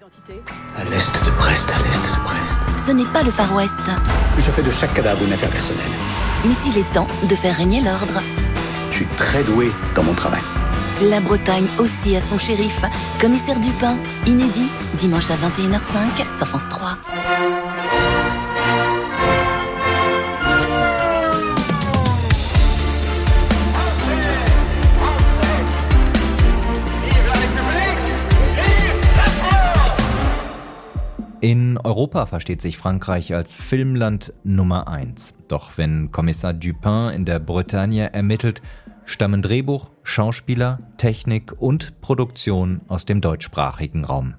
À l'est de Brest, à l'est de Brest. Ce n'est pas le Far West. Je fais de chaque cadavre une affaire personnelle. Mais il est temps de faire régner l'ordre. Je suis très doué dans mon travail. La Bretagne aussi a son shérif. Commissaire Dupin, inédit, dimanche à 21h05 sur France 3. In Europa versteht sich Frankreich als Filmland Nummer 1. Doch wenn Kommissar Dupin in der Bretagne ermittelt, stammen Drehbuch, Schauspieler, Technik und Produktion aus dem deutschsprachigen Raum.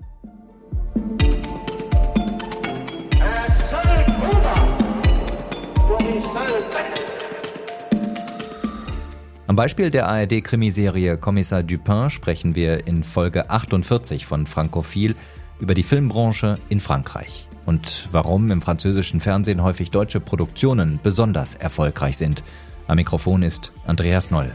Am Beispiel der ARD-Krimiserie Kommissar Dupin sprechen wir in Folge 48 von Frankophil über die Filmbranche in Frankreich und warum im französischen Fernsehen häufig deutsche Produktionen besonders erfolgreich sind. Am Mikrofon ist Andreas Noll.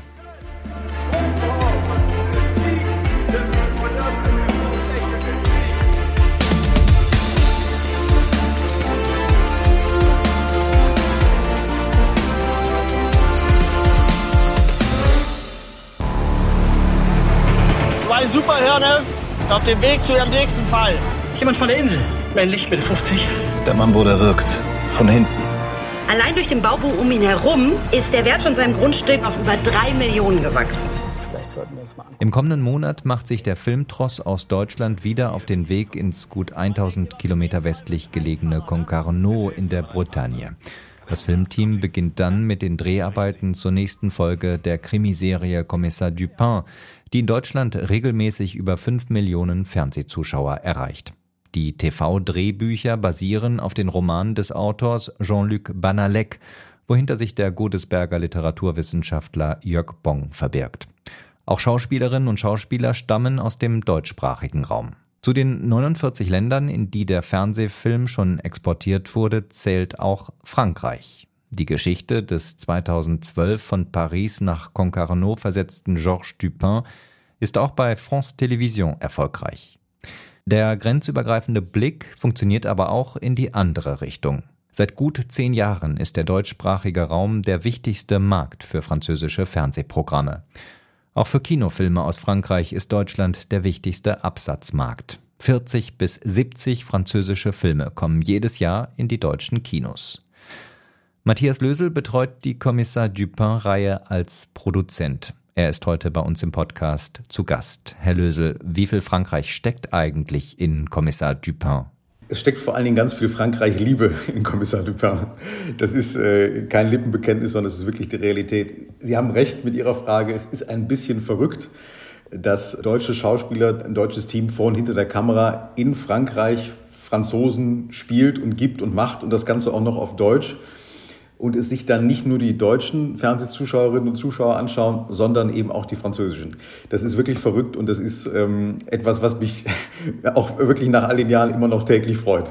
Zwei Superhirne auf dem Weg zu ihrem nächsten Fall. Jemand von der Insel. Männlich, Mitte 50. Der Mann wurde erwürgt. Von hinten. Allein durch den Bauboom um ihn herum ist der Wert von seinem Grundstück auf über 3 Millionen gewachsen. Vielleicht sollten wir es mal angucken. Im kommenden Monat macht sich der Filmtross aus Deutschland wieder auf den Weg ins gut 1000 Kilometer westlich gelegene Concarneau in der Bretagne. Das Filmteam beginnt dann mit den Dreharbeiten zur nächsten Folge der Krimiserie Kommissar Dupin, die in Deutschland regelmäßig über 5 Millionen Fernsehzuschauer erreicht. Die TV-Drehbücher basieren auf den Romanen des Autors Jean-Luc Banalek, wohinter sich der Godesberger Literaturwissenschaftler Jörg Bong verbirgt. Auch Schauspielerinnen und Schauspieler stammen aus dem deutschsprachigen Raum. Zu den 49 Ländern, in die der Fernsehfilm schon exportiert wurde, zählt auch Frankreich. Die Geschichte des 2012 von Paris nach Concarneau versetzten Georges Dupin ist auch bei France Télévisions erfolgreich. Der grenzübergreifende Blick funktioniert aber auch in die andere Richtung. Seit gut 10 Jahren ist der deutschsprachige Raum der wichtigste Markt für französische Fernsehprogramme. Auch für Kinofilme aus Frankreich ist Deutschland der wichtigste Absatzmarkt. 40 bis 70 französische Filme kommen jedes Jahr in die deutschen Kinos. Matthias Lösel betreut die Kommissar Dupin-Reihe als Produzent. Er ist heute bei uns im Podcast zu Gast. Herr Lösel, wie viel Frankreich steckt eigentlich in Kommissar Dupin? Es steckt vor allen Dingen ganz viel Frankreich-Liebe in Kommissar Dupin. Das ist kein Lippenbekenntnis, sondern es ist wirklich die Realität. Sie haben recht mit Ihrer Frage, es ist ein bisschen verrückt, dass deutsche Schauspieler, ein deutsches Team vor und hinter der Kamera in Frankreich Franzosen spielt und gibt und macht und das Ganze auch noch auf Deutsch. Und es sich dann nicht nur die deutschen Fernsehzuschauerinnen und Zuschauer anschauen, sondern eben auch die französischen. Das ist wirklich verrückt und das ist etwas, was mich auch wirklich nach all den Jahren immer noch täglich freut.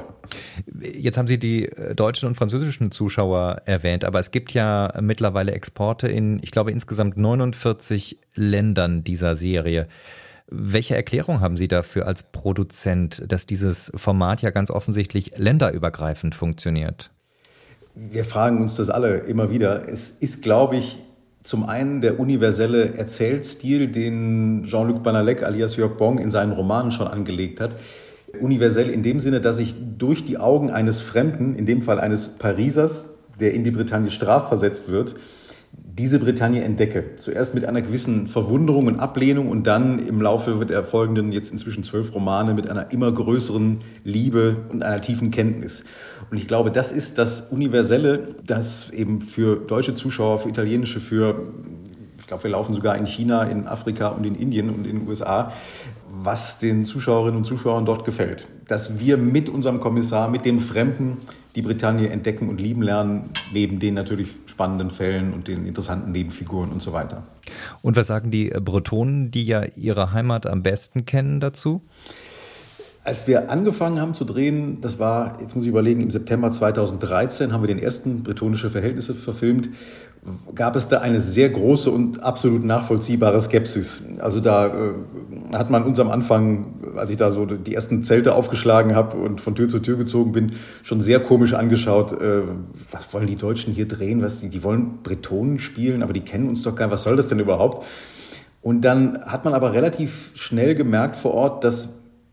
Jetzt haben Sie die deutschen und französischen Zuschauer erwähnt, aber es gibt ja mittlerweile Exporte in, ich glaube, insgesamt 49 Ländern dieser Serie. Welche Erklärung haben Sie dafür als Produzent, dass dieses Format ja ganz offensichtlich länderübergreifend funktioniert? Wir fragen uns das alle immer wieder. Es ist, glaube ich, zum einen der universelle Erzählstil, den Jean-Luc Banalek alias Jörg Bong in seinen Romanen schon angelegt hat. Universell in dem Sinne, dass ich durch die Augen eines Fremden, in dem Fall eines Parisers, der in die Bretagne strafversetzt wird, diese Bretagne entdecke. Zuerst mit einer gewissen Verwunderung und Ablehnung und dann im Laufe der folgenden, jetzt inzwischen 12 Romane, mit einer immer größeren Liebe und einer tiefen Kenntnis. Und ich glaube, das ist das Universelle, das eben für deutsche Zuschauer, für italienische, ich glaube, wir laufen sogar in China, in Afrika und in Indien und in den USA, was den Zuschauerinnen und Zuschauern dort gefällt. Dass wir mit unserem Kommissar, mit dem Fremden, die Bretagne entdecken und lieben lernen, neben den natürlich spannenden Fällen und den interessanten Nebenfiguren und so weiter. Und was sagen die Bretonen, die ja ihre Heimat am besten kennen, dazu? Als wir angefangen haben zu drehen, das war, jetzt muss ich überlegen, im September 2013 haben wir den ersten Bretonische Verhältnisse verfilmt, gab es da eine sehr große und absolut nachvollziehbare Skepsis. Also da hat man uns am Anfang, als ich da so die ersten Zelte aufgeschlagen habe und von Tür zu Tür gezogen bin, schon sehr komisch angeschaut. Was wollen die Deutschen hier drehen? Die wollen Bretonen spielen, aber die kennen uns doch gar nicht. Was soll das denn überhaupt? Und dann hat man aber relativ schnell gemerkt vor Ort, dass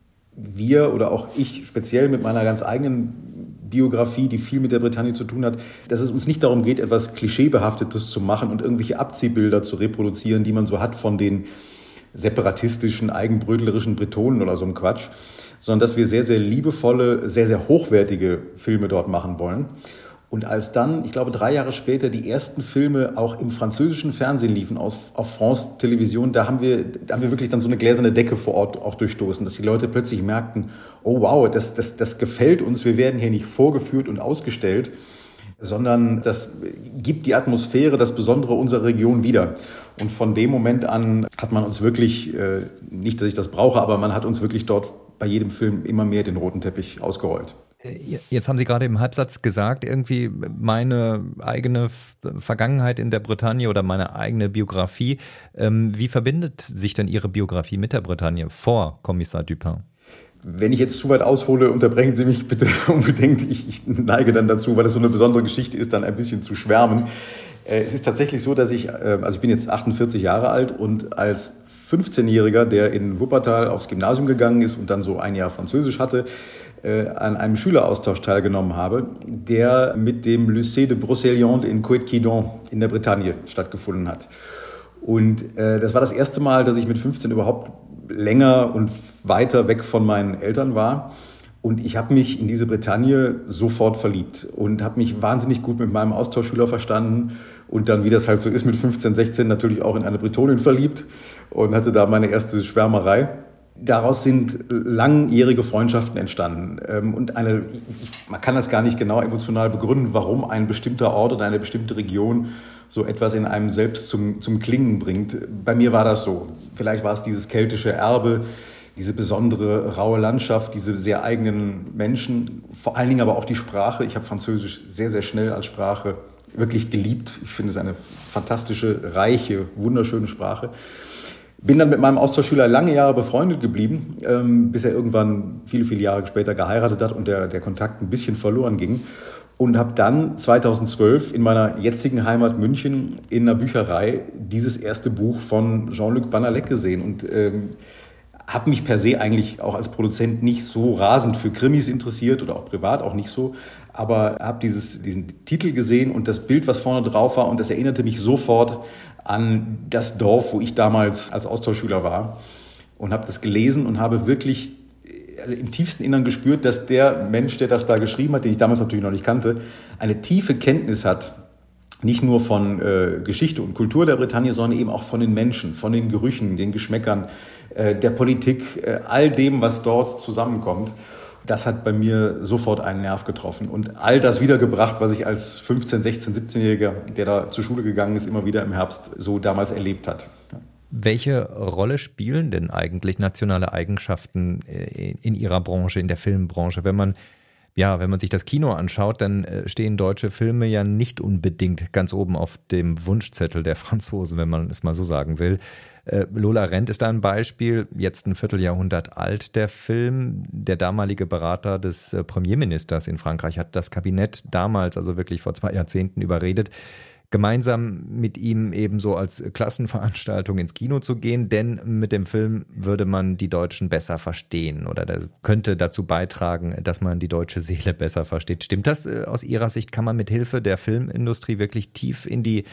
wir oder auch ich speziell mit meiner ganz eigenen Biografie, die viel mit der Bretagne zu tun hat, dass es uns nicht darum geht, etwas Klischeebehaftetes zu machen und irgendwelche Abziehbilder zu reproduzieren, die man so hat von den separatistischen, eigenbrötlerischen Bretonen oder so einem Quatsch, sondern dass wir sehr, sehr liebevolle, sehr, sehr hochwertige Filme dort machen wollen. Und als dann, ich glaube 3 Jahre später, die ersten Filme auch im französischen Fernsehen liefen, auf France Television, da haben wir wirklich dann so eine gläserne Decke vor Ort auch durchstoßen, dass die Leute plötzlich merkten, oh wow, das gefällt uns, wir werden hier nicht vorgeführt und ausgestellt, sondern das gibt die Atmosphäre, das Besondere unserer Region wieder. Und von dem Moment an hat man uns wirklich, nicht, dass ich das brauche, aber man hat uns wirklich dort bei jedem Film immer mehr den roten Teppich ausgerollt. Jetzt haben Sie gerade im Halbsatz gesagt, irgendwie meine eigene Vergangenheit in der Bretagne oder meine eigene Biografie. Wie verbindet sich denn Ihre Biografie mit der Bretagne vor Kommissar Dupin? Wenn ich jetzt zu weit aushole, unterbrechen Sie mich bitte unbedingt. Ich neige dann dazu, weil es so eine besondere Geschichte ist, dann ein bisschen zu schwärmen. Es ist tatsächlich so, dass ich bin jetzt 48 Jahre alt und als 15-Jähriger, der in Wuppertal aufs Gymnasium gegangen ist und dann so ein Jahr Französisch hatte, an einem Schüleraustausch teilgenommen habe, der mit dem Lycée de Brocéliande in Coët-Quidon in der Bretagne stattgefunden hat. Und das war das erste Mal, dass ich mit 15 überhaupt länger und weiter weg von meinen Eltern war. Und ich habe mich in diese Bretagne sofort verliebt und habe mich wahnsinnig gut mit meinem Austauschschüler verstanden und dann, wie das halt so ist, mit 15, 16 natürlich auch in eine Bretonin verliebt und hatte da meine erste Schwärmerei. Daraus sind langjährige Freundschaften entstanden und man kann das gar nicht genau emotional begründen, warum ein bestimmter Ort oder eine bestimmte Region so etwas in einem selbst zum Klingen bringt. Bei mir war das so. Vielleicht war es dieses keltische Erbe, diese besondere raue Landschaft, diese sehr eigenen Menschen, vor allen Dingen aber auch die Sprache. Ich habe Französisch sehr, sehr schnell als Sprache wirklich geliebt. Ich finde es eine fantastische, reiche, wunderschöne Sprache. Bin dann mit meinem Austauschschüler lange Jahre befreundet geblieben, bis er irgendwann viele, viele Jahre später geheiratet hat und der Kontakt ein bisschen verloren ging. Und habe dann 2012 in meiner jetzigen Heimat München in einer Bücherei dieses erste Buch von Jean-Luc Banalek gesehen und habe mich per se eigentlich auch als Produzent nicht so rasend für Krimis interessiert oder auch privat auch nicht so, aber habe diesen Titel gesehen und das Bild, was vorne drauf war, und das erinnerte mich sofort an das Dorf, wo ich damals als Austauschschüler war, und habe das gelesen und habe wirklich im tiefsten Innern gespürt, dass der Mensch, der das da geschrieben hat, den ich damals natürlich noch nicht kannte, eine tiefe Kenntnis hat, nicht nur von Geschichte und Kultur der Bretagne, sondern eben auch von den Menschen, von den Gerüchen, den Geschmäckern, der Politik, all dem, was dort zusammenkommt. Das hat bei mir sofort einen Nerv getroffen und all das wiedergebracht, was ich als 15-, 16-, 17-Jähriger, der da zur Schule gegangen ist, immer wieder im Herbst so damals erlebt hat. Welche Rolle spielen denn eigentlich nationale Eigenschaften in Ihrer Branche, in der Filmbranche? Wenn man sich das Kino anschaut, dann stehen deutsche Filme ja nicht unbedingt ganz oben auf dem Wunschzettel der Franzosen, wenn man es mal so sagen will. Lola Rent ist da ein Beispiel, jetzt ein Vierteljahrhundert alt, der Film. Der damalige Berater des Premierministers in Frankreich hat das Kabinett damals, also wirklich vor 2 Jahrzehnten, überredet, gemeinsam mit ihm ebenso als Klassenveranstaltung ins Kino zu gehen, denn mit dem Film würde man die Deutschen besser verstehen oder das könnte dazu beitragen, dass man die deutsche Seele besser versteht. Stimmt das aus Ihrer Sicht? Kann man mit Hilfe der Filmindustrie wirklich tief in die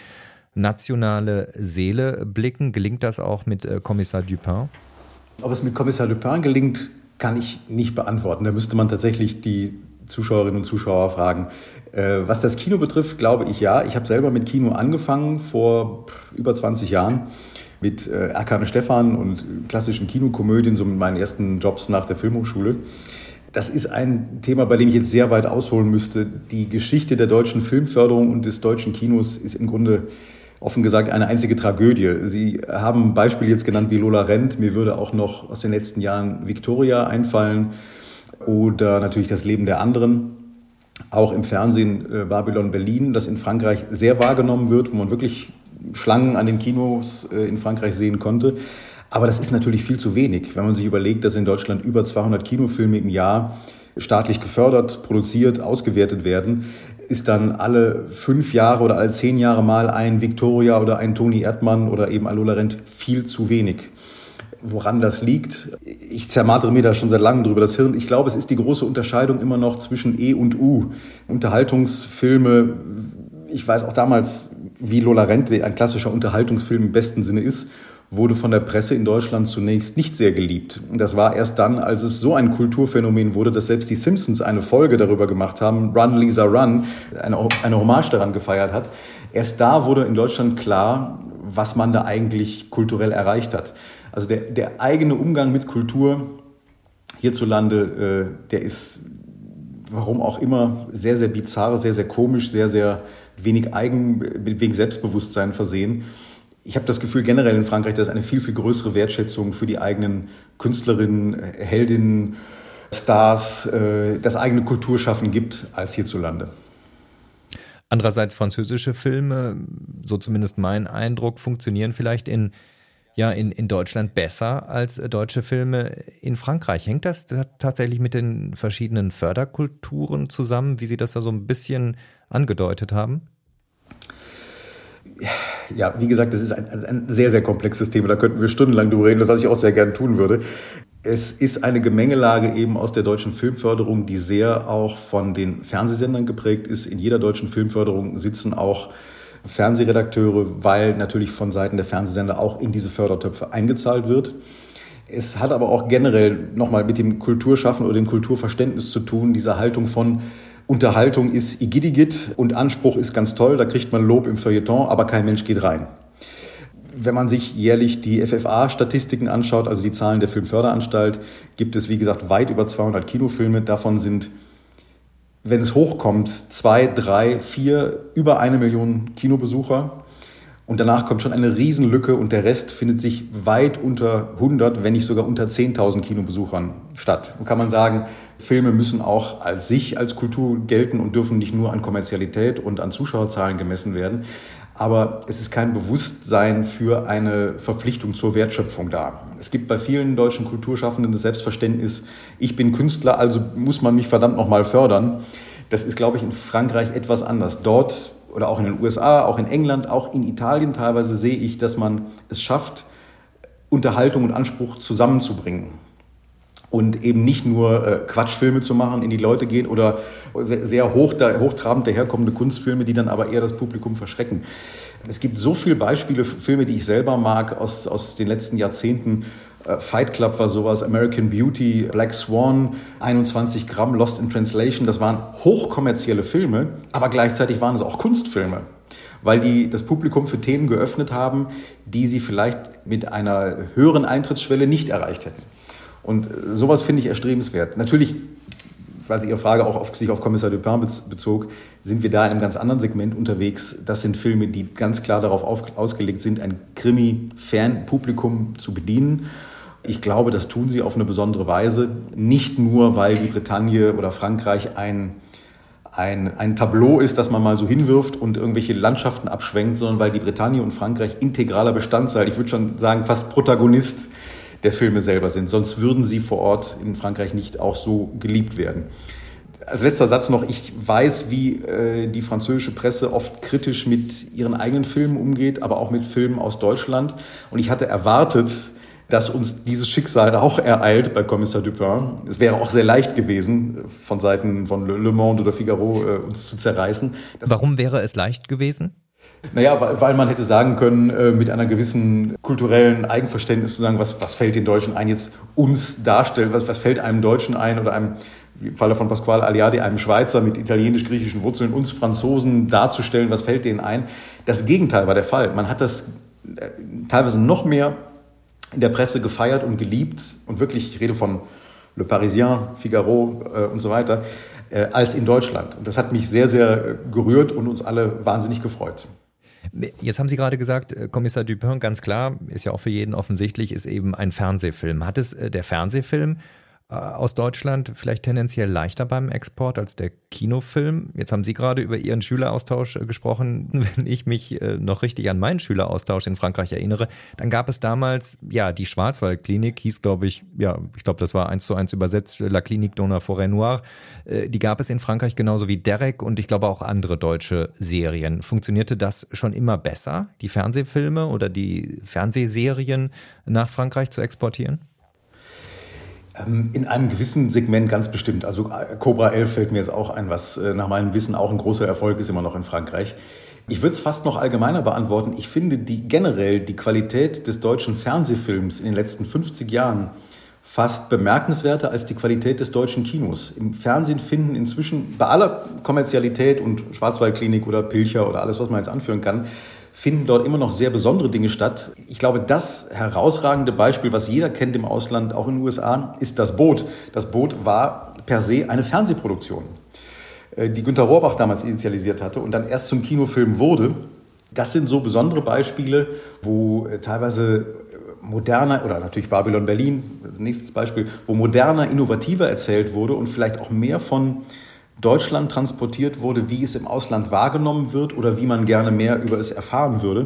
nationale Seele blicken? Gelingt das auch mit Kommissar Dupin? Ob es mit Kommissar Dupin gelingt, kann ich nicht beantworten. Da müsste man tatsächlich die Zuschauerinnen und Zuschauer fragen. Was das Kino betrifft, glaube ich ja. Ich habe selber mit Kino angefangen vor über 20 Jahren mit Erkan Stefan und klassischen Kinokomödien, so mit meinen ersten Jobs nach der Filmhochschule. Das ist ein Thema, bei dem ich jetzt sehr weit ausholen müsste. Die Geschichte der deutschen Filmförderung und des deutschen Kinos ist im Grunde offen gesagt eine einzige Tragödie. Sie haben ein Beispiel jetzt genannt wie Lola Rent. Mir würde auch noch aus den letzten Jahren Victoria einfallen oder natürlich das Leben der anderen. Auch im Fernsehen Babylon Berlin, das in Frankreich sehr wahrgenommen wird, wo man wirklich Schlangen an den Kinos in Frankreich sehen konnte. Aber das ist natürlich viel zu wenig, wenn man sich überlegt, dass in Deutschland über 200 Kinofilme im Jahr staatlich gefördert, produziert, ausgewertet werden, ist dann alle 5 Jahre oder alle 10 Jahre mal ein Victoria oder ein Toni Erdmann oder eben ein Lola Rent viel zu wenig. Woran das liegt, ich zermartere mir da schon seit langem drüber das Hirn. Ich glaube, es ist die große Unterscheidung immer noch zwischen E und U. Unterhaltungsfilme, ich weiß auch damals, wie Lola Rent, ein klassischer Unterhaltungsfilm im besten Sinne ist, wurde von der Presse in Deutschland zunächst nicht sehr geliebt. Das war erst dann, als es so ein Kulturphänomen wurde, dass selbst die Simpsons eine Folge darüber gemacht haben, Run, Lisa, Run, eine Hommage daran gefeiert hat. Erst da wurde in Deutschland klar, was man da eigentlich kulturell erreicht hat. Also der eigene Umgang mit Kultur hierzulande, der ist, warum auch immer, sehr, sehr bizarr, sehr, sehr komisch, sehr, sehr wenig wenig Selbstbewusstsein versehen. Ich habe das Gefühl generell in Frankreich, dass es eine viel, viel größere Wertschätzung für die eigenen Künstlerinnen, Heldinnen, Stars, das eigene Kulturschaffen gibt als hierzulande. Andererseits französische Filme, so zumindest mein Eindruck, funktionieren vielleicht in Deutschland besser als deutsche Filme in Frankreich. Hängt das tatsächlich mit den verschiedenen Förderkulturen zusammen, wie Sie das da so ein bisschen angedeutet haben? Ja, wie gesagt, das ist ein sehr, sehr komplexes Thema. Da könnten wir stundenlang drüber reden, was ich auch sehr gerne tun würde. Es ist eine Gemengelage eben aus der deutschen Filmförderung, die sehr auch von den Fernsehsendern geprägt ist. In jeder deutschen Filmförderung sitzen auch Fernsehredakteure, weil natürlich von Seiten der Fernsehsender auch in diese Fördertöpfe eingezahlt wird. Es hat aber auch generell nochmal mit dem Kulturschaffen oder dem Kulturverständnis zu tun, diese Haltung von Unterhaltung ist igidigit und Anspruch ist ganz toll, da kriegt man Lob im Feuilleton, aber kein Mensch geht rein. Wenn man sich jährlich die FFA-Statistiken anschaut, also die Zahlen der Filmförderanstalt, gibt es, wie gesagt, weit über 200 Kinofilme. Davon sind, wenn es hochkommt, 2, 3, 4, über 1 Million Kinobesucher. Und danach kommt schon eine Riesenlücke und der Rest findet sich weit unter 100, wenn nicht sogar unter 10.000 Kinobesuchern statt. Und kann man sagen, Filme müssen auch als Kultur gelten und dürfen nicht nur an Kommerzialität und an Zuschauerzahlen gemessen werden. Aber es ist kein Bewusstsein für eine Verpflichtung zur Wertschöpfung da. Es gibt bei vielen deutschen Kulturschaffenden das Selbstverständnis, ich bin Künstler, also muss man mich verdammt nochmal fördern. Das ist, glaube ich, in Frankreich etwas anders. Dort oder auch in den USA, auch in England, auch in Italien teilweise sehe ich, dass man es schafft, Unterhaltung und Anspruch zusammenzubringen. Und eben nicht nur Quatschfilme zu machen, in die Leute gehen oder sehr hochtrabend daherkommende Kunstfilme, die dann aber eher das Publikum verschrecken. Es gibt so viele Beispiele, Filme, die ich selber mag aus den letzten Jahrzehnten. Fight Club war sowas, American Beauty, Black Swan, 21 Gramm, Lost in Translation. Das waren hochkommerzielle Filme, aber gleichzeitig waren es auch Kunstfilme, weil die das Publikum für Themen geöffnet haben, die sie vielleicht mit einer höheren Eintrittsschwelle nicht erreicht hätten. Und sowas finde ich erstrebenswert. Natürlich, weil Ihre Frage auch sich auf Kommissar Dupin bezog, sind wir da in einem ganz anderen Segment unterwegs. Das sind Filme, die ganz klar darauf ausgelegt sind, ein Krimi-Fan-Publikum zu bedienen. Ich glaube, das tun sie auf eine besondere Weise. Nicht nur, weil die Bretagne oder Frankreich ein Tableau ist, das man mal so hinwirft und irgendwelche Landschaften abschwenkt, sondern weil die Bretagne und Frankreich integraler Bestandteil, ich würde schon sagen fast Protagonist der Filme selber sind. Sonst würden sie vor Ort in Frankreich nicht auch so geliebt werden. Als letzter Satz noch, ich weiß, wie die französische Presse oft kritisch mit ihren eigenen Filmen umgeht, aber auch mit Filmen aus Deutschland. Und ich hatte erwartet, dass uns dieses Schicksal auch ereilt bei Kommissar Dupin. Es wäre auch sehr leicht gewesen, von Seiten von Le Monde oder Figaro uns zu zerreißen. Warum wäre es leicht gewesen? Naja, weil man hätte sagen können, mit einer gewissen kulturellen Eigenverständnis zu sagen, was fällt den Deutschen ein, jetzt uns darstellen, was fällt einem Deutschen ein oder einem, im Falle von Pasquale Aliadi, einem Schweizer mit italienisch-griechischen Wurzeln, uns Franzosen darzustellen, was fällt denen ein. Das Gegenteil war der Fall. Man hat das teilweise noch mehr in der Presse gefeiert und geliebt und wirklich, ich rede von Le Parisien, Figaro und so weiter, als in Deutschland. Und das hat mich sehr, sehr gerührt und uns alle wahnsinnig gefreut. Jetzt haben Sie gerade gesagt, Kommissar Dupin, ganz klar, ist ja auch für jeden offensichtlich, ist eben ein Fernsehfilm. Hat es der Fernsehfilm aus Deutschland vielleicht tendenziell leichter beim Export als der Kinofilm. Jetzt haben Sie gerade über Ihren Schüleraustausch gesprochen. Wenn ich mich noch richtig an meinen Schüleraustausch in Frankreich erinnere, dann gab es damals, die Schwarzwaldklinik, hieß ich glaube, das war 1:1 übersetzt, La Clinique dans la Forêt Noire. Die gab es in Frankreich genauso wie Derek und ich glaube auch andere deutsche Serien. Funktionierte das schon immer besser, die Fernsehfilme oder die Fernsehserien nach Frankreich zu exportieren? In einem gewissen Segment ganz bestimmt. Also Cobra 11 fällt mir jetzt auch ein, was nach meinem Wissen auch ein großer Erfolg ist immer noch in Frankreich. Ich würde es fast noch allgemeiner beantworten. Ich finde generell die Qualität des deutschen Fernsehfilms in den letzten 50 Jahren fast bemerkenswerter als die Qualität des deutschen Kinos. Im Fernsehen finden inzwischen bei aller Kommerzialität und Schwarzwaldklinik oder Pilcher oder alles, was man jetzt anführen kann, finden dort immer noch sehr besondere Dinge statt. Ich glaube, das herausragende Beispiel, was jeder kennt im Ausland, auch in den USA, ist Das Boot. Das Boot war per se eine Fernsehproduktion, die Günter Rohrbach damals initialisiert hatte und dann erst zum Kinofilm wurde. Das sind so besondere Beispiele, wo teilweise moderner, oder natürlich Babylon Berlin, das nächstes Beispiel, wo moderner, innovativer erzählt wurde und vielleicht auch mehr von Deutschland transportiert wurde, wie es im Ausland wahrgenommen wird oder wie man gerne mehr über es erfahren würde.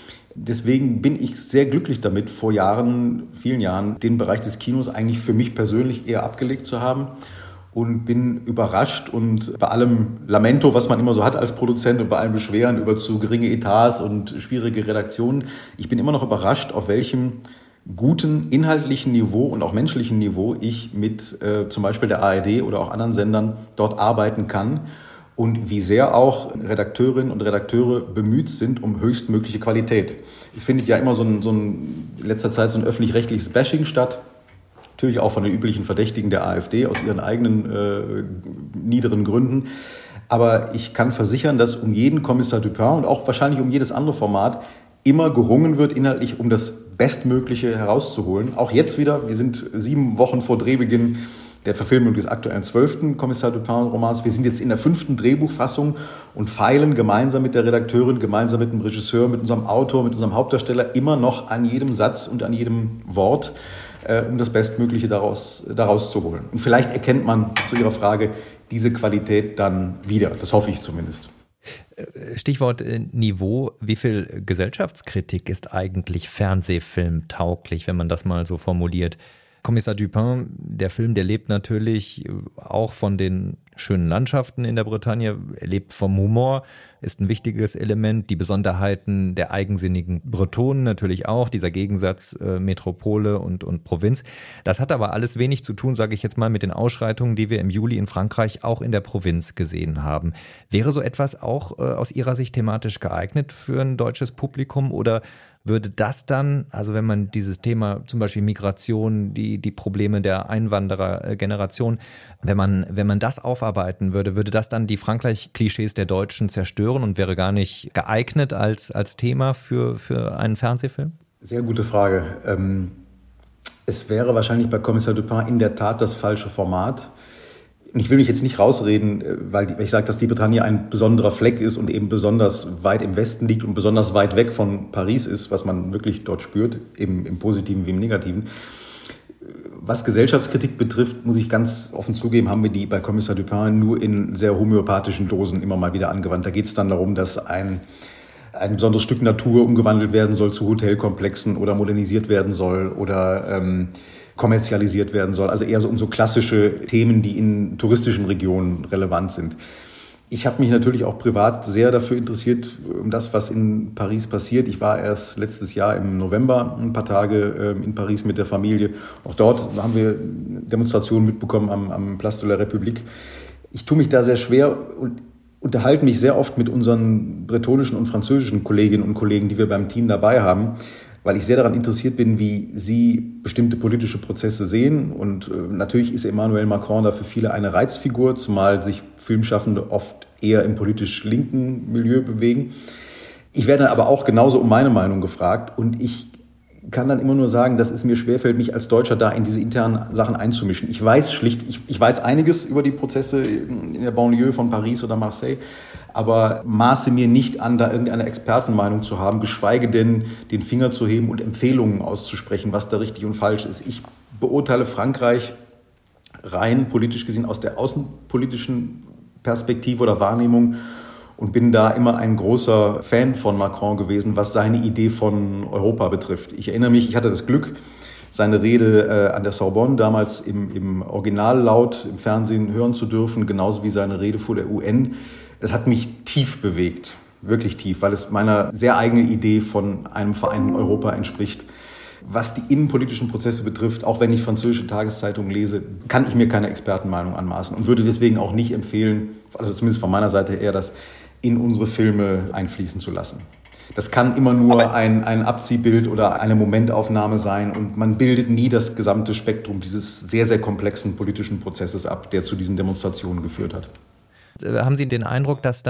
Deswegen bin ich sehr glücklich damit, vor vielen Jahren, den Bereich des Kinos eigentlich für mich persönlich eher abgelegt zu haben und bin überrascht und bei allem Lamento, was man immer so hat als Produzent und bei allem Beschweren über zu geringe Etats und schwierige Redaktionen, ich bin immer noch überrascht, auf welchem guten inhaltlichen Niveau und auch menschlichen Niveau ich mit zum Beispiel der ARD oder auch anderen Sendern dort arbeiten kann und wie sehr auch Redakteurinnen und Redakteure bemüht sind um höchstmögliche Qualität. Es findet ja immer in letzter Zeit so ein öffentlich-rechtliches Bashing statt, natürlich auch von den üblichen Verdächtigen der AfD aus ihren eigenen niederen Gründen. Aber ich kann versichern, dass um jeden Kommissar Dupin und auch wahrscheinlich um jedes andere Format immer gerungen wird, inhaltlich um das Bestmögliche herauszuholen. Auch jetzt wieder, wir sind 7 Wochen vor Drehbeginn der Verfilmung des aktuellen 12. Kommissar Dupin-Romans. Wir sind jetzt in der 5. Drehbuchfassung und feilen gemeinsam mit der Redakteurin, gemeinsam mit dem Regisseur, mit unserem Autor, mit unserem Hauptdarsteller immer noch an jedem Satz und an jedem Wort, um das Bestmögliche daraus zu holen. Und vielleicht erkennt man zu Ihrer Frage diese Qualität dann wieder. Das hoffe ich zumindest. Stichwort Niveau. Wie viel Gesellschaftskritik ist eigentlich Fernsehfilm-tauglich, wenn man das mal so formuliert? Kommissar Dupin, der Film, der lebt natürlich auch von den schönen Landschaften in der Bretagne, er lebt vom Humor, ist ein wichtiges Element, die Besonderheiten der eigensinnigen Bretonen natürlich auch, dieser Gegensatz Metropole und Provinz. Das hat aber alles wenig zu tun, sage ich jetzt mal, mit den Ausschreitungen, die wir im Juli in Frankreich auch in der Provinz gesehen haben. Wäre so etwas auch aus Ihrer Sicht thematisch geeignet für ein deutsches Publikum oder würde das dann, also wenn man dieses Thema zum Beispiel Migration, die Probleme der Einwanderergeneration, wenn man das aufarbeiten würde, würde das dann die Frankreich-Klischees der Deutschen zerstören und wäre gar nicht geeignet als Thema für einen Fernsehfilm? Sehr gute Frage. Es wäre wahrscheinlich bei Kommissar Dupin in der Tat das falsche Format. Und ich will mich jetzt nicht rausreden, weil ich sage, dass die Bretagne ein besonderer Fleck ist und eben besonders weit im Westen liegt und besonders weit weg von Paris ist, was man wirklich dort spürt, im Positiven wie im Negativen. Was Gesellschaftskritik betrifft, muss ich ganz offen zugeben, haben wir die bei Kommissar Dupin nur in sehr homöopathischen Dosen immer mal wieder angewandt. Da geht es dann darum, dass ein besonderes Stück Natur umgewandelt werden soll zu Hotelkomplexen oder modernisiert werden soll oder kommerzialisiert werden soll. Also eher so um so klassische Themen, die in touristischen Regionen relevant sind. Ich habe mich natürlich auch privat sehr dafür interessiert, um das, was in Paris passiert. Ich war erst letztes Jahr im November ein paar Tage in Paris mit der Familie. Auch dort haben wir Demonstrationen mitbekommen am Place de la République. Ich tue mich da sehr schwer und unterhalte mich sehr oft mit unseren bretonischen und französischen Kolleginnen und Kollegen, die wir beim Team dabei haben, weil ich sehr daran interessiert bin, wie sie bestimmte politische Prozesse sehen. Und natürlich ist Emmanuel Macron da für viele eine Reizfigur, zumal sich Filmschaffende oft eher im politisch linken Milieu bewegen. Ich werde aber auch genauso um meine Meinung gefragt und ich kann dann immer nur sagen, dass es mir schwerfällt, mich als Deutscher da in diese internen Sachen einzumischen. Ich weiß einiges über die Prozesse in der Banlieue von Paris oder Marseille, aber maße mir nicht an, da irgendeine Expertenmeinung zu haben, geschweige denn den Finger zu heben und Empfehlungen auszusprechen, was da richtig und falsch ist. Ich beurteile Frankreich rein politisch gesehen aus der außenpolitischen Perspektive oder Wahrnehmung und bin da immer ein großer Fan von Macron gewesen, was seine Idee von Europa betrifft. Ich erinnere mich, ich hatte das Glück, seine Rede an der Sorbonne damals im Originallaut im Fernsehen hören zu dürfen, genauso wie seine Rede vor der UN. Das hat mich tief bewegt, wirklich tief, weil es meiner sehr eigenen Idee von einem vereinten Europa entspricht. Was die innenpolitischen Prozesse betrifft, auch wenn ich französische Tageszeitungen lese, kann ich mir keine Expertenmeinung anmaßen und würde deswegen auch nicht empfehlen, also zumindest von meiner Seite eher, das in unsere Filme einfließen zu lassen. Das kann immer nur ein Abziehbild oder eine Momentaufnahme sein und man bildet nie das gesamte Spektrum dieses sehr, sehr komplexen politischen Prozesses ab, der zu diesen Demonstrationen geführt hat. Haben Sie den Eindruck, dass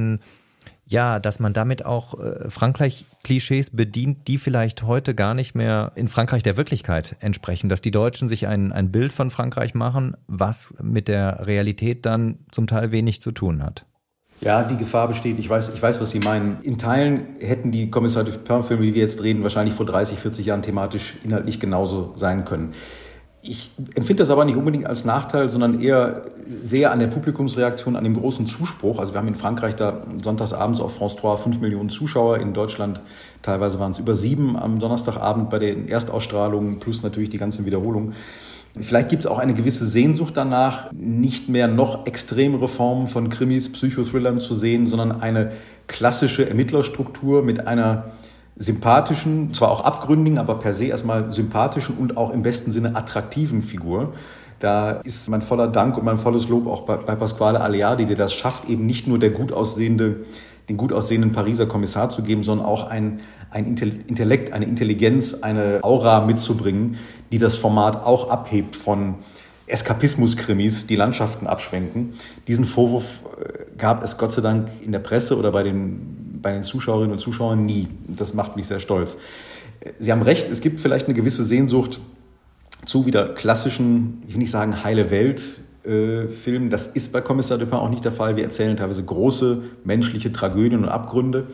dass man damit auch Frankreich-Klischees bedient, die vielleicht heute gar nicht mehr in Frankreich der Wirklichkeit entsprechen, dass die Deutschen sich ein Bild von Frankreich machen, was mit der Realität dann zum Teil wenig zu tun hat? Ja, die Gefahr besteht. Ich weiß, was Sie meinen. In Teilen hätten die Kommissar Dupin-Filme, die wir jetzt drehen, wahrscheinlich vor 30, 40 Jahren thematisch inhaltlich genauso sein können. Ich empfinde das aber nicht unbedingt als Nachteil, sondern eher sehr an der Publikumsreaktion, an dem großen Zuspruch. Also wir haben in Frankreich da sonntagsabends auf France 3 5 Millionen Zuschauer, in Deutschland teilweise waren es über 7 am Donnerstagabend bei den Erstausstrahlungen, plus natürlich die ganzen Wiederholungen. Vielleicht gibt es auch eine gewisse Sehnsucht danach, nicht mehr noch extremere Formen von Krimis, Psychothrillern zu sehen, sondern eine klassische Ermittlerstruktur mit einer sympathischen, zwar auch abgründigen, aber per se erstmal sympathischen und auch im besten Sinne attraktiven Figur. Da ist mein voller Dank und mein volles Lob auch bei Pasquale Aleardi, der das schafft, eben nicht nur den gut aussehenden Pariser Kommissar zu geben, sondern auch ein Intellekt, eine Intelligenz, eine Aura mitzubringen, die das Format auch abhebt von Eskapismus-Krimis, die Landschaften abschwenken. Diesen Vorwurf gab es Gott sei Dank in der Presse oder bei den Zuschauerinnen und Zuschauern nie. Das macht mich sehr stolz. Sie haben recht, es gibt vielleicht eine gewisse Sehnsucht zu wieder klassischen, ich will nicht sagen heile Welt Filmen. Das ist bei Kommissar Dupin auch nicht der Fall. Wir erzählen teilweise große menschliche Tragödien und Abgründe,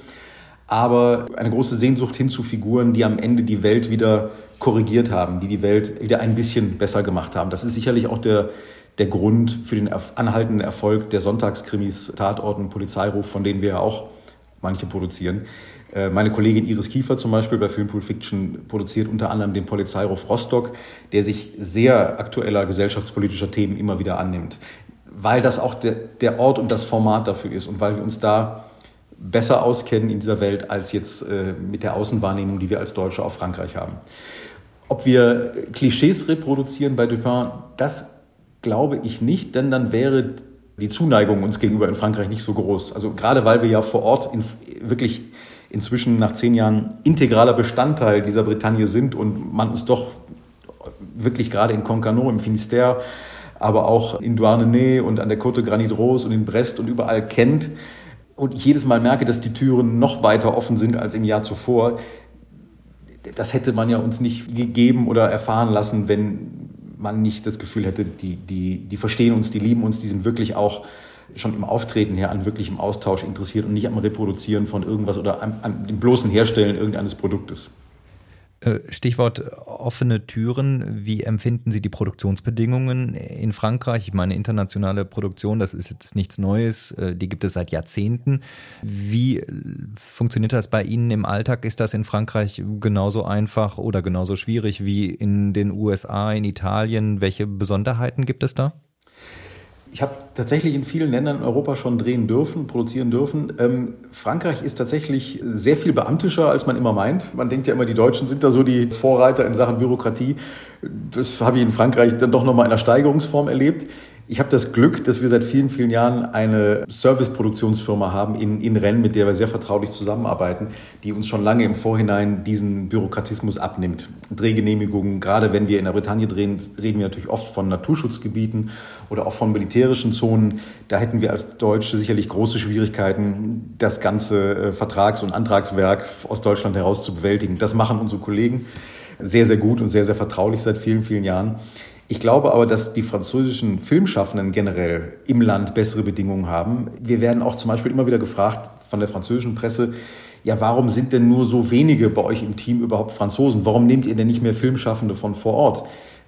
aber eine große Sehnsucht hin zu Figuren, die am Ende die Welt wieder korrigiert haben, die Welt wieder ein bisschen besser gemacht haben. Das ist sicherlich auch der Grund für den anhaltenden Erfolg der Sonntagskrimis, Tatort und Polizeiruf, von denen wir ja auch manche produzieren. Meine Kollegin Iris Kiefer zum Beispiel bei Film Pulp Fiction produziert unter anderem den Polizeiruf Rostock, der sich sehr aktueller gesellschaftspolitischer Themen immer wieder annimmt, weil das auch der Ort und das Format dafür ist und weil wir uns da besser auskennen in dieser Welt als jetzt mit der Außenwahrnehmung, die wir als Deutsche auf Frankreich haben. Ob wir Klischees reproduzieren bei Dupin, das glaube ich nicht, denn dann wäre die Zuneigung uns gegenüber in Frankreich nicht so groß. Also gerade weil wir ja vor Ort wirklich inzwischen nach 10 Jahren integraler Bestandteil dieser Bretagne sind und man uns doch wirklich gerade in Concarneau, im Finistère, aber auch in Douarnenez und an der Côte Granit Rose und in Brest und überall kennt und ich jedes Mal merke, dass die Türen noch weiter offen sind als im Jahr zuvor. Das hätte man ja uns nicht gegeben oder erfahren lassen, wenn man nicht das Gefühl hätte, die verstehen uns, die lieben uns, die sind wirklich auch schon im Auftreten her an wirklichem Austausch interessiert und nicht am Reproduzieren von irgendwas oder an dem bloßen Herstellen irgendeines Produktes. Stichwort offene Türen. Wie empfinden Sie die Produktionsbedingungen in Frankreich? Ich meine, internationale Produktion, das ist jetzt nichts Neues, die gibt es seit Jahrzehnten. Wie funktioniert das bei Ihnen im Alltag? Ist das in Frankreich genauso einfach oder genauso schwierig wie in den USA, in Italien? Welche Besonderheiten gibt es da? Ich habe tatsächlich in vielen Ländern in Europa schon produzieren dürfen. Frankreich ist tatsächlich sehr viel beamtischer, als man immer meint. Man denkt ja immer, die Deutschen sind da so die Vorreiter in Sachen Bürokratie. Das habe ich in Frankreich dann doch nochmal in einer Steigerungsform erlebt. Ich habe das Glück, dass wir seit vielen, vielen Jahren eine Service-Produktionsfirma haben in Rennes, mit der wir sehr vertraulich zusammenarbeiten, die uns schon lange im Vorhinein diesen Bürokratismus abnimmt. Drehgenehmigungen, gerade wenn wir in der Bretagne drehen, reden wir natürlich oft von Naturschutzgebieten oder auch von militärischen Zonen. Da hätten wir als Deutsche sicherlich große Schwierigkeiten, das ganze Vertrags- und Antragswerk aus Deutschland heraus zu bewältigen. Das machen unsere Kollegen sehr, sehr gut und sehr, sehr vertraulich seit vielen, vielen Jahren. Ich glaube aber, dass die französischen Filmschaffenden generell im Land bessere Bedingungen haben. Wir werden auch zum Beispiel immer wieder gefragt von der französischen Presse, ja, warum sind denn nur so wenige bei euch im Team überhaupt Franzosen? Warum nehmt ihr denn nicht mehr Filmschaffende von vor Ort?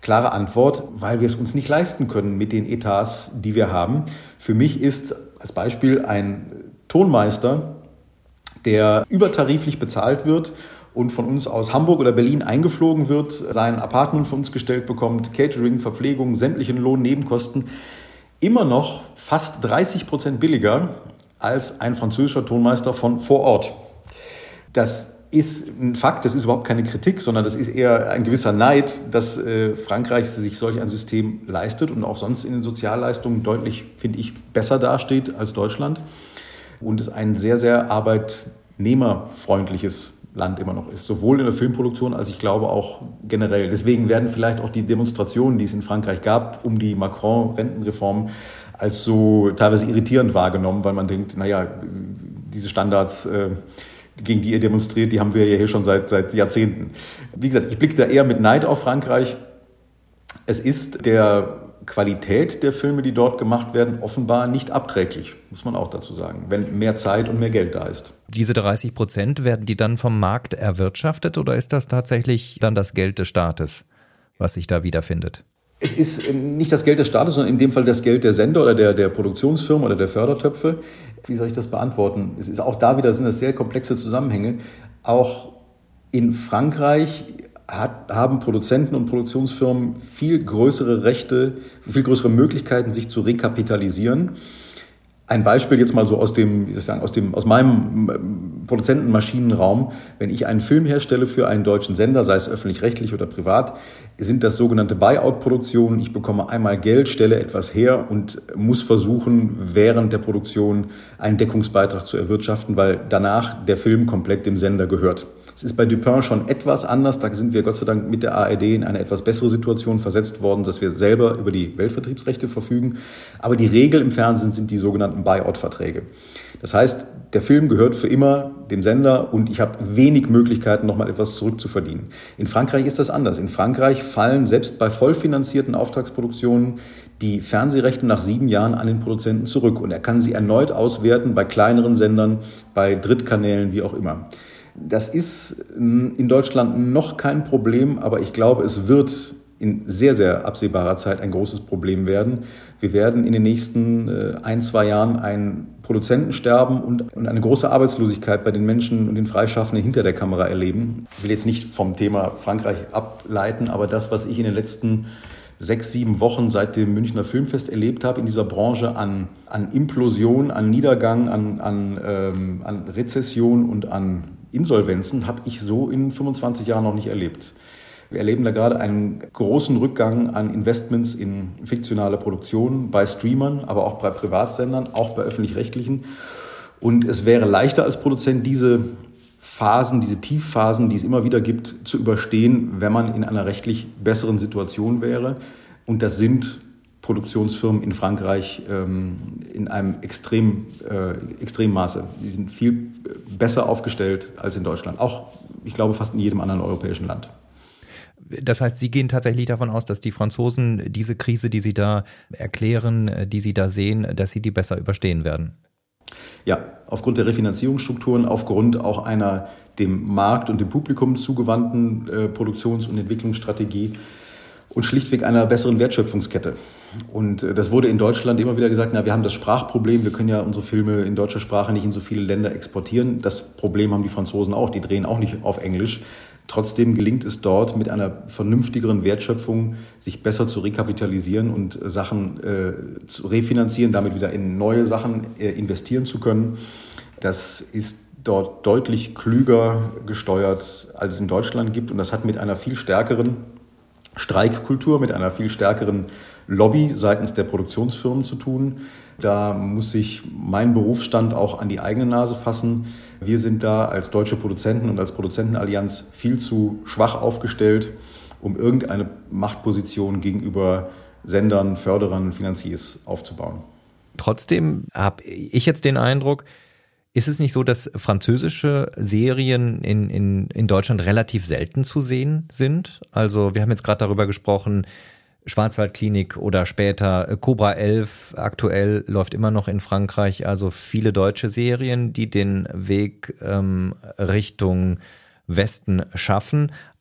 Klare Antwort, weil wir es uns nicht leisten können mit den Etats, die wir haben. Für mich ist als Beispiel ein Tonmeister, der übertariflich bezahlt wird und von uns aus Hamburg oder Berlin eingeflogen wird, sein Apartment von uns gestellt bekommt, Catering, Verpflegung, sämtliche Lohnnebenkosten, immer noch fast 30% billiger als ein französischer Tonmeister von vor Ort. Das ist ein Fakt, das ist überhaupt keine Kritik, sondern das ist eher ein gewisser Neid, dass Frankreich sich solch ein System leistet und auch sonst in den Sozialleistungen deutlich, finde ich, besser dasteht als Deutschland und es ein sehr, sehr arbeitnehmerfreundliches Land immer noch ist, sowohl in der Filmproduktion als ich glaube auch generell. Deswegen werden vielleicht auch die Demonstrationen, die es in Frankreich gab, um die Macron-Rentenreform als so teilweise irritierend wahrgenommen, weil man denkt, naja, diese Standards, gegen die ihr demonstriert, die haben wir ja hier schon seit Jahrzehnten. Wie gesagt, ich blicke da eher mit Neid auf Frankreich. Es ist der Qualität der Filme, die dort gemacht werden, offenbar nicht abträglich, muss man auch dazu sagen, wenn mehr Zeit und mehr Geld da ist. Diese 30%, werden die dann vom Markt erwirtschaftet oder ist das tatsächlich dann das Geld des Staates, was sich da wiederfindet? Es ist nicht das Geld des Staates, sondern in dem Fall das Geld der Sender oder der Produktionsfirmen oder der Fördertöpfe. Wie soll ich das beantworten? Es ist auch da wieder, sind das sehr komplexe Zusammenhänge. Auch in Frankreich haben Produzenten und Produktionsfirmen viel größere Rechte, viel größere Möglichkeiten, sich zu rekapitalisieren. Ein Beispiel jetzt mal so aus meinem Produzentenmaschinenraum. Wenn ich einen Film herstelle für einen deutschen Sender, sei es öffentlich-rechtlich oder privat, sind das sogenannte Buyout-Produktionen. Ich bekomme einmal Geld, stelle etwas her und muss versuchen, während der Produktion einen Deckungsbeitrag zu erwirtschaften, weil danach der Film komplett dem Sender gehört. Es ist bei Dupin schon etwas anders. Da sind wir Gott sei Dank mit der ARD in eine etwas bessere Situation versetzt worden, dass wir selber über die Weltvertriebsrechte verfügen. Aber die Regel im Fernsehen sind die sogenannten Buyout-Verträge. Das heißt, der Film gehört für immer dem Sender und ich habe wenig Möglichkeiten, nochmal etwas zurückzuverdienen. In Frankreich ist das anders. In Frankreich fallen selbst bei vollfinanzierten Auftragsproduktionen die Fernsehrechte nach 7 Jahren an den Produzenten zurück. Und er kann sie erneut auswerten bei kleineren Sendern, bei Drittkanälen, wie auch immer. Das ist in Deutschland noch kein Problem, aber ich glaube, es wird in sehr, sehr absehbarer Zeit ein großes Problem werden. Wir werden in den nächsten 1-2 Jahren ein Produzentensterben und eine große Arbeitslosigkeit bei den Menschen und den Freischaffenden hinter der Kamera erleben. Ich will jetzt nicht vom Thema Frankreich ableiten, aber das, was ich in den letzten 6-7 Wochen seit dem Münchner Filmfest erlebt habe in dieser Branche an Implosion, an Niedergang, an Rezession und an Insolvenzen, habe ich so in 25 Jahren noch nicht erlebt. Wir erleben da gerade einen großen Rückgang an Investments in fiktionale Produktionen bei Streamern, aber auch bei Privatsendern, auch bei öffentlich-rechtlichen. Und es wäre leichter als Produzent, diese Phasen, diese Tiefphasen, die es immer wieder gibt, zu überstehen, wenn man in einer rechtlich besseren Situation wäre. Und das sind Produktionsfirmen in Frankreich in einem extremen Maße. Die sind viel besser aufgestellt als in Deutschland. Auch, ich glaube, fast in jedem anderen europäischen Land. Das heißt, Sie gehen tatsächlich davon aus, dass die Franzosen diese Krise, die Sie da erklären, die Sie da sehen, dass sie die besser überstehen werden? Ja, aufgrund der Refinanzierungsstrukturen, aufgrund auch einer dem Markt und dem Publikum zugewandten Produktions- und Entwicklungsstrategie und schlichtweg einer besseren Wertschöpfungskette. Und das wurde in Deutschland immer wieder gesagt, wir haben das Sprachproblem, wir können ja unsere Filme in deutscher Sprache nicht in so viele Länder exportieren. Das Problem haben die Franzosen auch, die drehen auch nicht auf Englisch. Trotzdem gelingt es dort mit einer vernünftigeren Wertschöpfung, sich besser zu rekapitalisieren und Sachen zu refinanzieren, damit wieder in neue Sachen investieren zu können. Das ist dort deutlich klüger gesteuert, als es in Deutschland gibt. Und das hat mit einer viel stärkeren Streikkultur, mit einer viel stärkeren Lobby seitens der Produktionsfirmen zu tun. Da muss sich mein Berufsstand auch an die eigene Nase fassen. Wir sind da als deutsche Produzenten und als Produzentenallianz viel zu schwach aufgestellt, um irgendeine Machtposition gegenüber Sendern, Förderern, Finanziers aufzubauen. Trotzdem habe ich jetzt den Eindruck, ist es nicht so, dass französische Serien in Deutschland relativ selten zu sehen sind? Also wir haben jetzt gerade darüber gesprochen, Schwarzwaldklinik oder später Cobra 11 aktuell läuft immer noch in Frankreich. Also viele deutsche Serien, die den Weg Richtung Westen schaffen.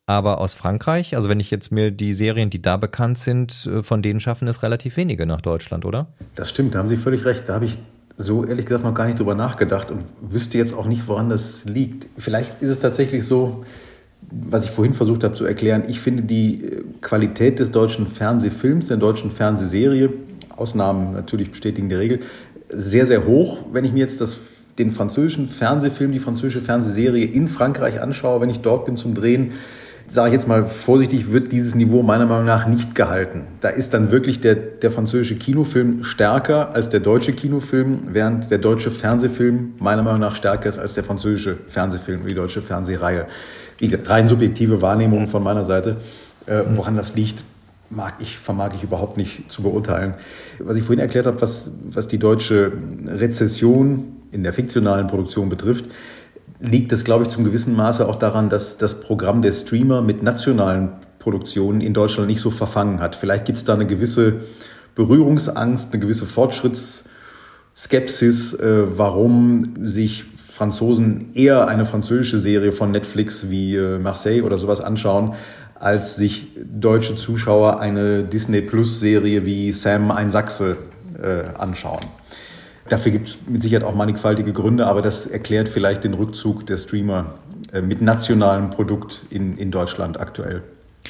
Aber aus Frankreich, also wenn ich jetzt mir die Serien, die da bekannt sind, von denen schaffen es relativ wenige nach Deutschland, oder? Das stimmt, da haben Sie völlig recht. Da habe ich so ehrlich gesagt noch gar nicht drüber nachgedacht und wüsste jetzt auch nicht, woran das liegt. Vielleicht ist es tatsächlich so, was ich vorhin versucht habe zu erklären. Ich finde die Qualität des deutschen Fernsehfilms, der deutschen Fernsehserie, Ausnahmen natürlich bestätigen die Regel, sehr, sehr hoch. Wenn ich mir jetzt den französischen Fernsehfilm, die französische Fernsehserie in Frankreich anschaue, wenn ich dort bin zum Drehen, sage ich jetzt mal vorsichtig, wird dieses Niveau meiner Meinung nach nicht gehalten. Da ist dann wirklich der französische Kinofilm stärker als der deutsche Kinofilm, während der deutsche Fernsehfilm meiner Meinung nach stärker ist als der französische Fernsehfilm, die deutsche Fernsehreihe. Die rein subjektive Wahrnehmung von meiner Seite. Woran das liegt, vermag ich überhaupt nicht zu beurteilen. Was ich vorhin erklärt habe, was die deutsche Rezession in der fiktionalen Produktion betrifft, liegt es, glaube ich, zum gewissen Maße auch daran, dass das Programm der Streamer mit nationalen Produktionen in Deutschland nicht so verfangen hat. Vielleicht gibt es da eine gewisse Berührungsangst, eine gewisse Fortschrittsskepsis, warum sich Franzosen eher eine französische Serie von Netflix wie Marseille oder sowas anschauen, als sich deutsche Zuschauer eine Disney-Plus-Serie wie Sam, ein Sachse anschauen. Dafür gibt es mit Sicherheit auch mannigfaltige Gründe, aber das erklärt vielleicht den Rückzug der Streamer mit nationalem Produkt in Deutschland aktuell.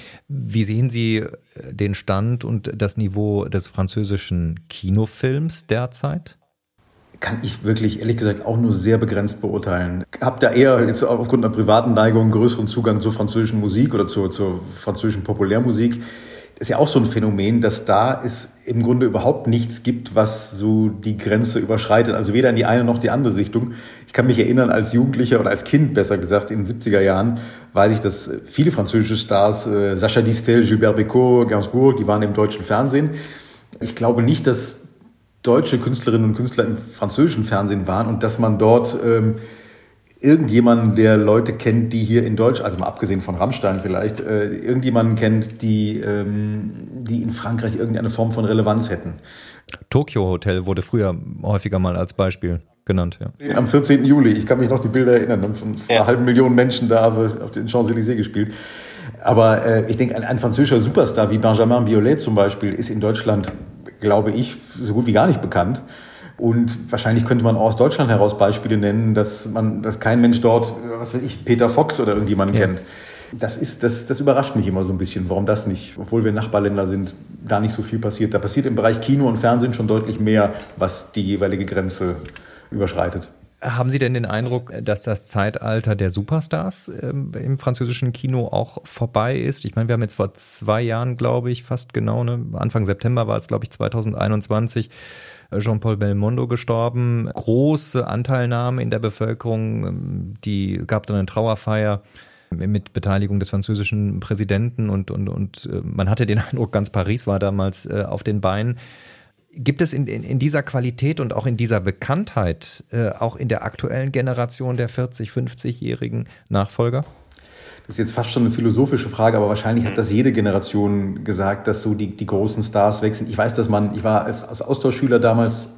Wie sehen Sie den Stand und das Niveau des französischen Kinofilms derzeit? Kann ich wirklich, ehrlich gesagt, auch nur sehr begrenzt beurteilen. Ich habe da eher jetzt aufgrund einer privaten Neigung größeren Zugang zur französischen Musik oder zur französischen Populärmusik. Das ist ja auch so ein Phänomen, dass da es im Grunde überhaupt nichts gibt, was so die Grenze überschreitet. Also weder in die eine noch die andere Richtung. Ich kann mich erinnern, als Jugendlicher oder als Kind, besser gesagt, in den 70er Jahren, weiß ich, dass viele französische Stars, Sacha Distel, Gilbert Bécaud, Gainsbourg, die waren im deutschen Fernsehen. Ich glaube nicht, dass deutsche Künstlerinnen und Künstler im französischen Fernsehen waren und dass man dort irgendjemanden, der Leute kennt, die hier in Deutschland, also mal abgesehen von Rammstein vielleicht, irgendjemanden kennt, die in Frankreich irgendeine Form von Relevanz hätten. Tokyo Hotel wurde früher häufiger mal als Beispiel genannt. Ja. Am 14. Juli, ich kann mich noch die Bilder erinnern, von einer halben Million Menschen da auf den Champs-Élysées gespielt. Aber ich denke, ein französischer Superstar wie Benjamin Biolay zum Beispiel ist in Deutschland, glaube ich, so gut wie gar nicht bekannt. Und wahrscheinlich könnte man auch aus Deutschland heraus Beispiele nennen, dass kein Mensch dort, was weiß ich, Peter Fox oder irgendjemanden kennt. Das überrascht mich immer so ein bisschen, warum das nicht, obwohl wir Nachbarländer sind, da nicht so viel passiert. Da passiert im Bereich Kino und Fernsehen schon deutlich mehr, was die jeweilige Grenze überschreitet. Haben Sie denn den Eindruck, dass das Zeitalter der Superstars im französischen Kino auch vorbei ist? Ich meine, wir haben jetzt vor 2 Jahren, glaube ich, fast genau, Anfang September war es, glaube ich, 2021, Jean-Paul Belmondo gestorben. Große Anteilnahme in der Bevölkerung. Die gab dann eine Trauerfeier mit Beteiligung des französischen Präsidenten und man hatte den Eindruck, ganz Paris war damals auf den Beinen. Gibt es in dieser Qualität und auch in dieser Bekanntheit, auch in der aktuellen Generation der 40-, 50-jährigen Nachfolger? Das ist jetzt fast schon eine philosophische Frage, aber wahrscheinlich hat das jede Generation gesagt, dass so die großen Stars wechseln. Ich weiß, ich war als Austauschschüler damals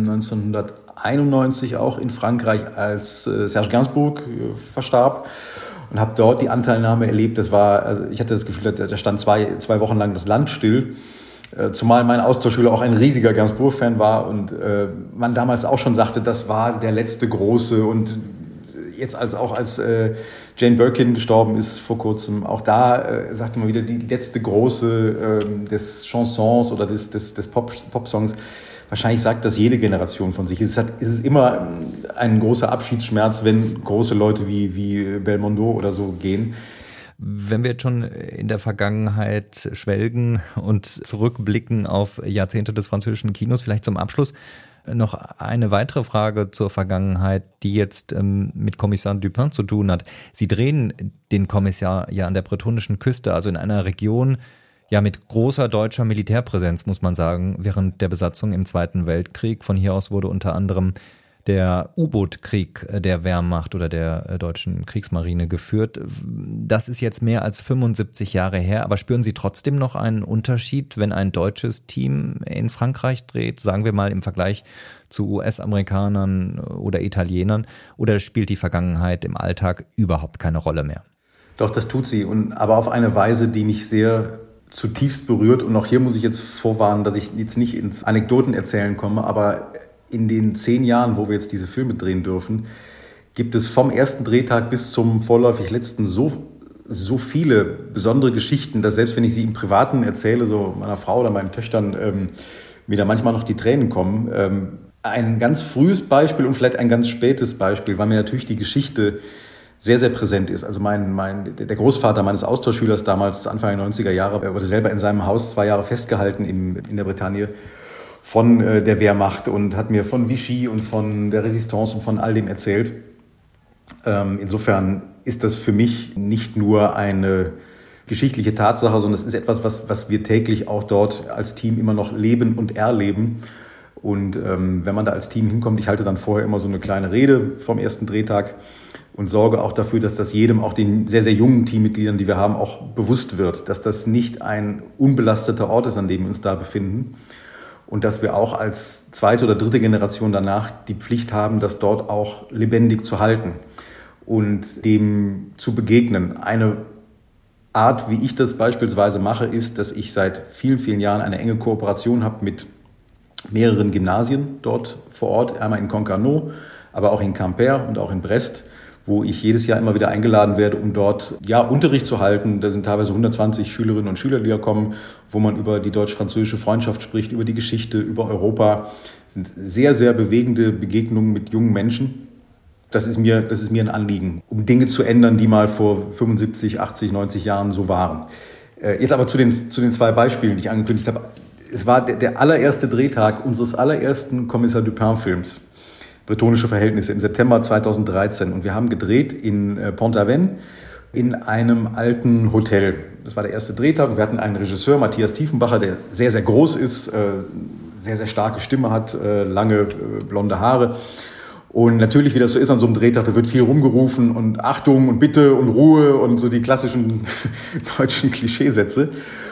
1991 auch in Frankreich, als Serge Gainsbourg verstarb und habe dort die Anteilnahme erlebt. Ich hatte das Gefühl, da stand zwei Wochen lang das Land still. Zumal mein Austauschschüler auch ein riesiger Gainsbourg-Fan war und man damals auch schon sagte, das war der letzte große. Und jetzt als Jane Birkin gestorben ist vor kurzem, auch da sagte man wieder die letzte große des Chansons oder des Pop-Songs. Wahrscheinlich sagt das jede Generation von sich. Es ist immer ein großer Abschiedsschmerz, wenn große Leute wie Belmondo oder so gehen. Wenn wir jetzt schon in der Vergangenheit schwelgen und zurückblicken auf Jahrzehnte des französischen Kinos, vielleicht zum Abschluss noch eine weitere Frage zur Vergangenheit, die jetzt mit Kommissar Dupin zu tun hat. Sie drehen den Kommissar ja an der bretonischen Küste, also in einer Region ja mit großer deutscher Militärpräsenz, muss man sagen, während der Besatzung im Zweiten Weltkrieg. Von hier aus wurde unter anderem der U-Boot-Krieg der Wehrmacht oder der deutschen Kriegsmarine geführt. Das ist jetzt mehr als 75 Jahre her, aber spüren Sie trotzdem noch einen Unterschied, wenn ein deutsches Team in Frankreich dreht, sagen wir mal im Vergleich zu US-Amerikanern oder Italienern, oder spielt die Vergangenheit im Alltag überhaupt keine Rolle mehr? Doch, das tut sie, aber auf eine Weise, die mich sehr zutiefst berührt. Und auch hier muss ich jetzt vorwarnen, dass ich jetzt nicht ins Anekdotenerzählen komme, aber in den 10 Jahren, wo wir jetzt diese Filme drehen dürfen, gibt es vom ersten Drehtag bis zum vorläufig letzten so viele besondere Geschichten, dass selbst wenn ich sie im Privaten erzähle, so meiner Frau oder meinen Töchtern, mir da manchmal noch die Tränen kommen. Ein ganz frühes Beispiel und vielleicht ein ganz spätes Beispiel, weil mir natürlich die Geschichte sehr, sehr präsent ist. Also der Großvater meines Austauschschülers damals, Anfang der 90er Jahre, er wurde selber in seinem Haus 2 Jahre festgehalten in der Bretagne von der Wehrmacht und hat mir von Vichy und von der Resistance und von all dem erzählt. Insofern ist das für mich nicht nur eine geschichtliche Tatsache, sondern es ist etwas, was wir täglich auch dort als Team immer noch leben und erleben. Und wenn man da als Team hinkommt, ich halte dann vorher immer so eine kleine Rede vom ersten Drehtag und sorge auch dafür, dass das jedem, auch den sehr, sehr jungen Teammitgliedern, die wir haben, auch bewusst wird, dass das nicht ein unbelasteter Ort ist, an dem wir uns da befinden. Und dass wir auch als 2. oder 3. Generation danach die Pflicht haben, das dort auch lebendig zu halten und dem zu begegnen. Eine Art, wie ich das beispielsweise mache, ist, dass ich seit vielen, vielen Jahren eine enge Kooperation habe mit mehreren Gymnasien dort vor Ort, einmal in Concarneau, aber auch in Quimper und auch in Brest, wo ich jedes Jahr immer wieder eingeladen werde, um dort Unterricht zu halten. Da sind teilweise 120 Schülerinnen und Schüler, die da kommen, wo man über die deutsch-französische Freundschaft spricht, über die Geschichte, über Europa. Das sind sehr, sehr bewegende Begegnungen mit jungen Menschen. Das ist mir ein Anliegen, um Dinge zu ändern, die mal vor 75, 80, 90 Jahren so waren. Jetzt aber zu den 2 Beispielen, die ich angekündigt habe. Es war der allererste Drehtag unseres allerersten Kommissar Dupin-Films, Bretonische Verhältnisse, im September 2013. Und wir haben gedreht in Pont-Aven in einem alten Hotel. Das war der erste Drehtag. Wir hatten einen Regisseur, Matthias Tiefenbacher, der sehr, sehr groß ist, sehr, sehr starke Stimme hat, lange blonde Haare. Und natürlich, wie das so ist an so einem Drehtag, da wird viel rumgerufen und Achtung und Bitte und Ruhe und so die klassischen deutschen Klischeesätze.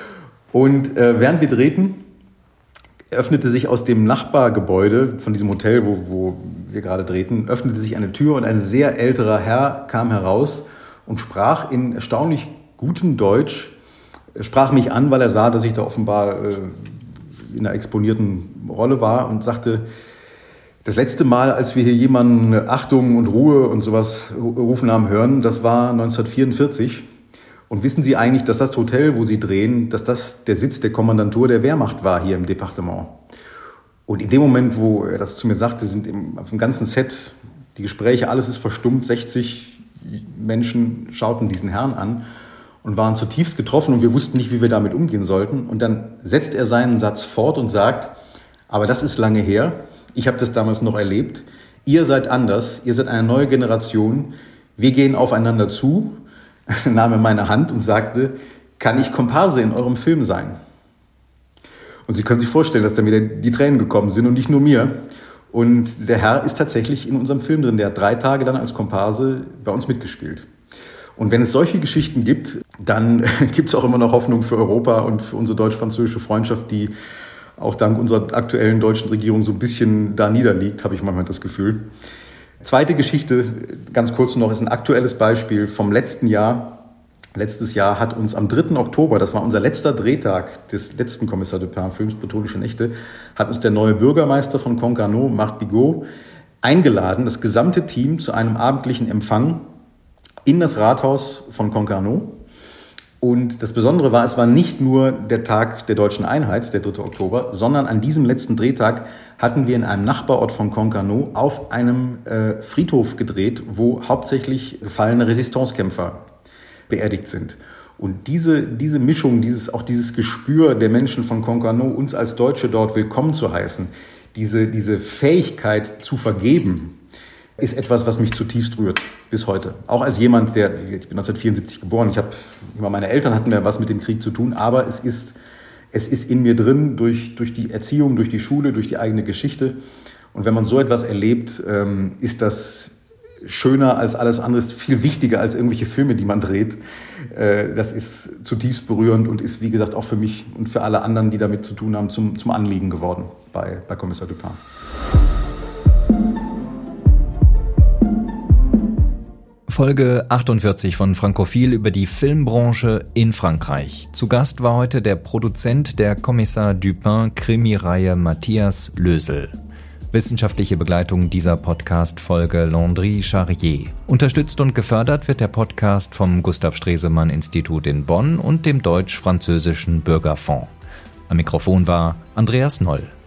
Und während wir drehten, öffnete sich aus dem Nachbargebäude von diesem Hotel, wo wir gerade drehten, öffnete sich eine Tür und ein sehr älterer Herr kam heraus und sprach in erstaunlich gutem Deutsch, sprach mich an, weil er sah, dass ich da offenbar in einer exponierten Rolle war und sagte, das letzte Mal, als wir hier jemanden Achtung und Ruhe und sowas rufen haben hören, das war 1944. Und wissen Sie eigentlich, dass das Hotel, wo Sie drehen, dass das der Sitz der Kommandantur der Wehrmacht war hier im Departement? Und in dem Moment, wo er das zu mir sagte, sind auf dem ganzen Set die Gespräche, alles ist verstummt, 60 Menschen schauten diesen Herrn an und waren zutiefst getroffen und wir wussten nicht, wie wir damit umgehen sollten. Und dann setzt er seinen Satz fort und sagt, aber das ist lange her, ich habe das damals noch erlebt, ihr seid anders, ihr seid eine neue Generation, wir gehen aufeinander zu. Er nahm meine Hand und sagte, kann ich Komparse in eurem Film sein? Und Sie können sich vorstellen, dass da mir die Tränen gekommen sind und nicht nur mir. Und der Herr ist tatsächlich in unserem Film drin. Der hat 3 Tage dann als Komparse bei uns mitgespielt. Und wenn es solche Geschichten gibt, dann gibt es auch immer noch Hoffnung für Europa und für unsere deutsch-französische Freundschaft, die auch dank unserer aktuellen deutschen Regierung so ein bisschen da niederliegt, habe ich manchmal das Gefühl. Zweite Geschichte, ganz kurz noch, ist ein aktuelles Beispiel vom letzten Jahr. Letztes Jahr hat uns am 3. Oktober, das war unser letzter Drehtag des letzten Kommissar Dupin-Films Bretonische Nächte, hat uns der neue Bürgermeister von Concarneau, Marc Bigot, eingeladen, das gesamte Team zu einem abendlichen Empfang in das Rathaus von Concarneau. Und das Besondere war, es war nicht nur der Tag der deutschen Einheit, der 3. Oktober, sondern an diesem letzten Drehtag hatten wir in einem Nachbarort von Concarneau auf einem Friedhof gedreht, wo hauptsächlich gefallene Resistancekämpfer beerdigt sind. Und diese Mischung, dieses Gespür der Menschen von Concarneau, uns als Deutsche dort willkommen zu heißen, diese Fähigkeit zu vergeben, ist etwas, was mich zutiefst rührt, bis heute. Auch als jemand, ich bin 1974 geboren, meine Eltern hatten ja was mit dem Krieg zu tun, aber es ist in mir drin, durch die Erziehung, durch die Schule, durch die eigene Geschichte. Und wenn man so etwas erlebt, ist das schöner als alles andere, ist viel wichtiger als irgendwelche Filme, die man dreht. Das ist zutiefst berührend und ist, wie gesagt, auch für mich und für alle anderen, die damit zu tun haben, zum Anliegen geworden bei Kommissar Dupin. Folge 48 von Frankophil über die Filmbranche in Frankreich. Zu Gast war heute der Produzent der Kommissar Dupin-Krimireihe Matthias Lösel. Wissenschaftliche Begleitung dieser Podcast-Folge Landry Charrier. Unterstützt und gefördert wird der Podcast vom Gustav-Stresemann-Institut in Bonn und dem Deutsch-Französischen Bürgerfonds. Am Mikrofon war Andreas Noll.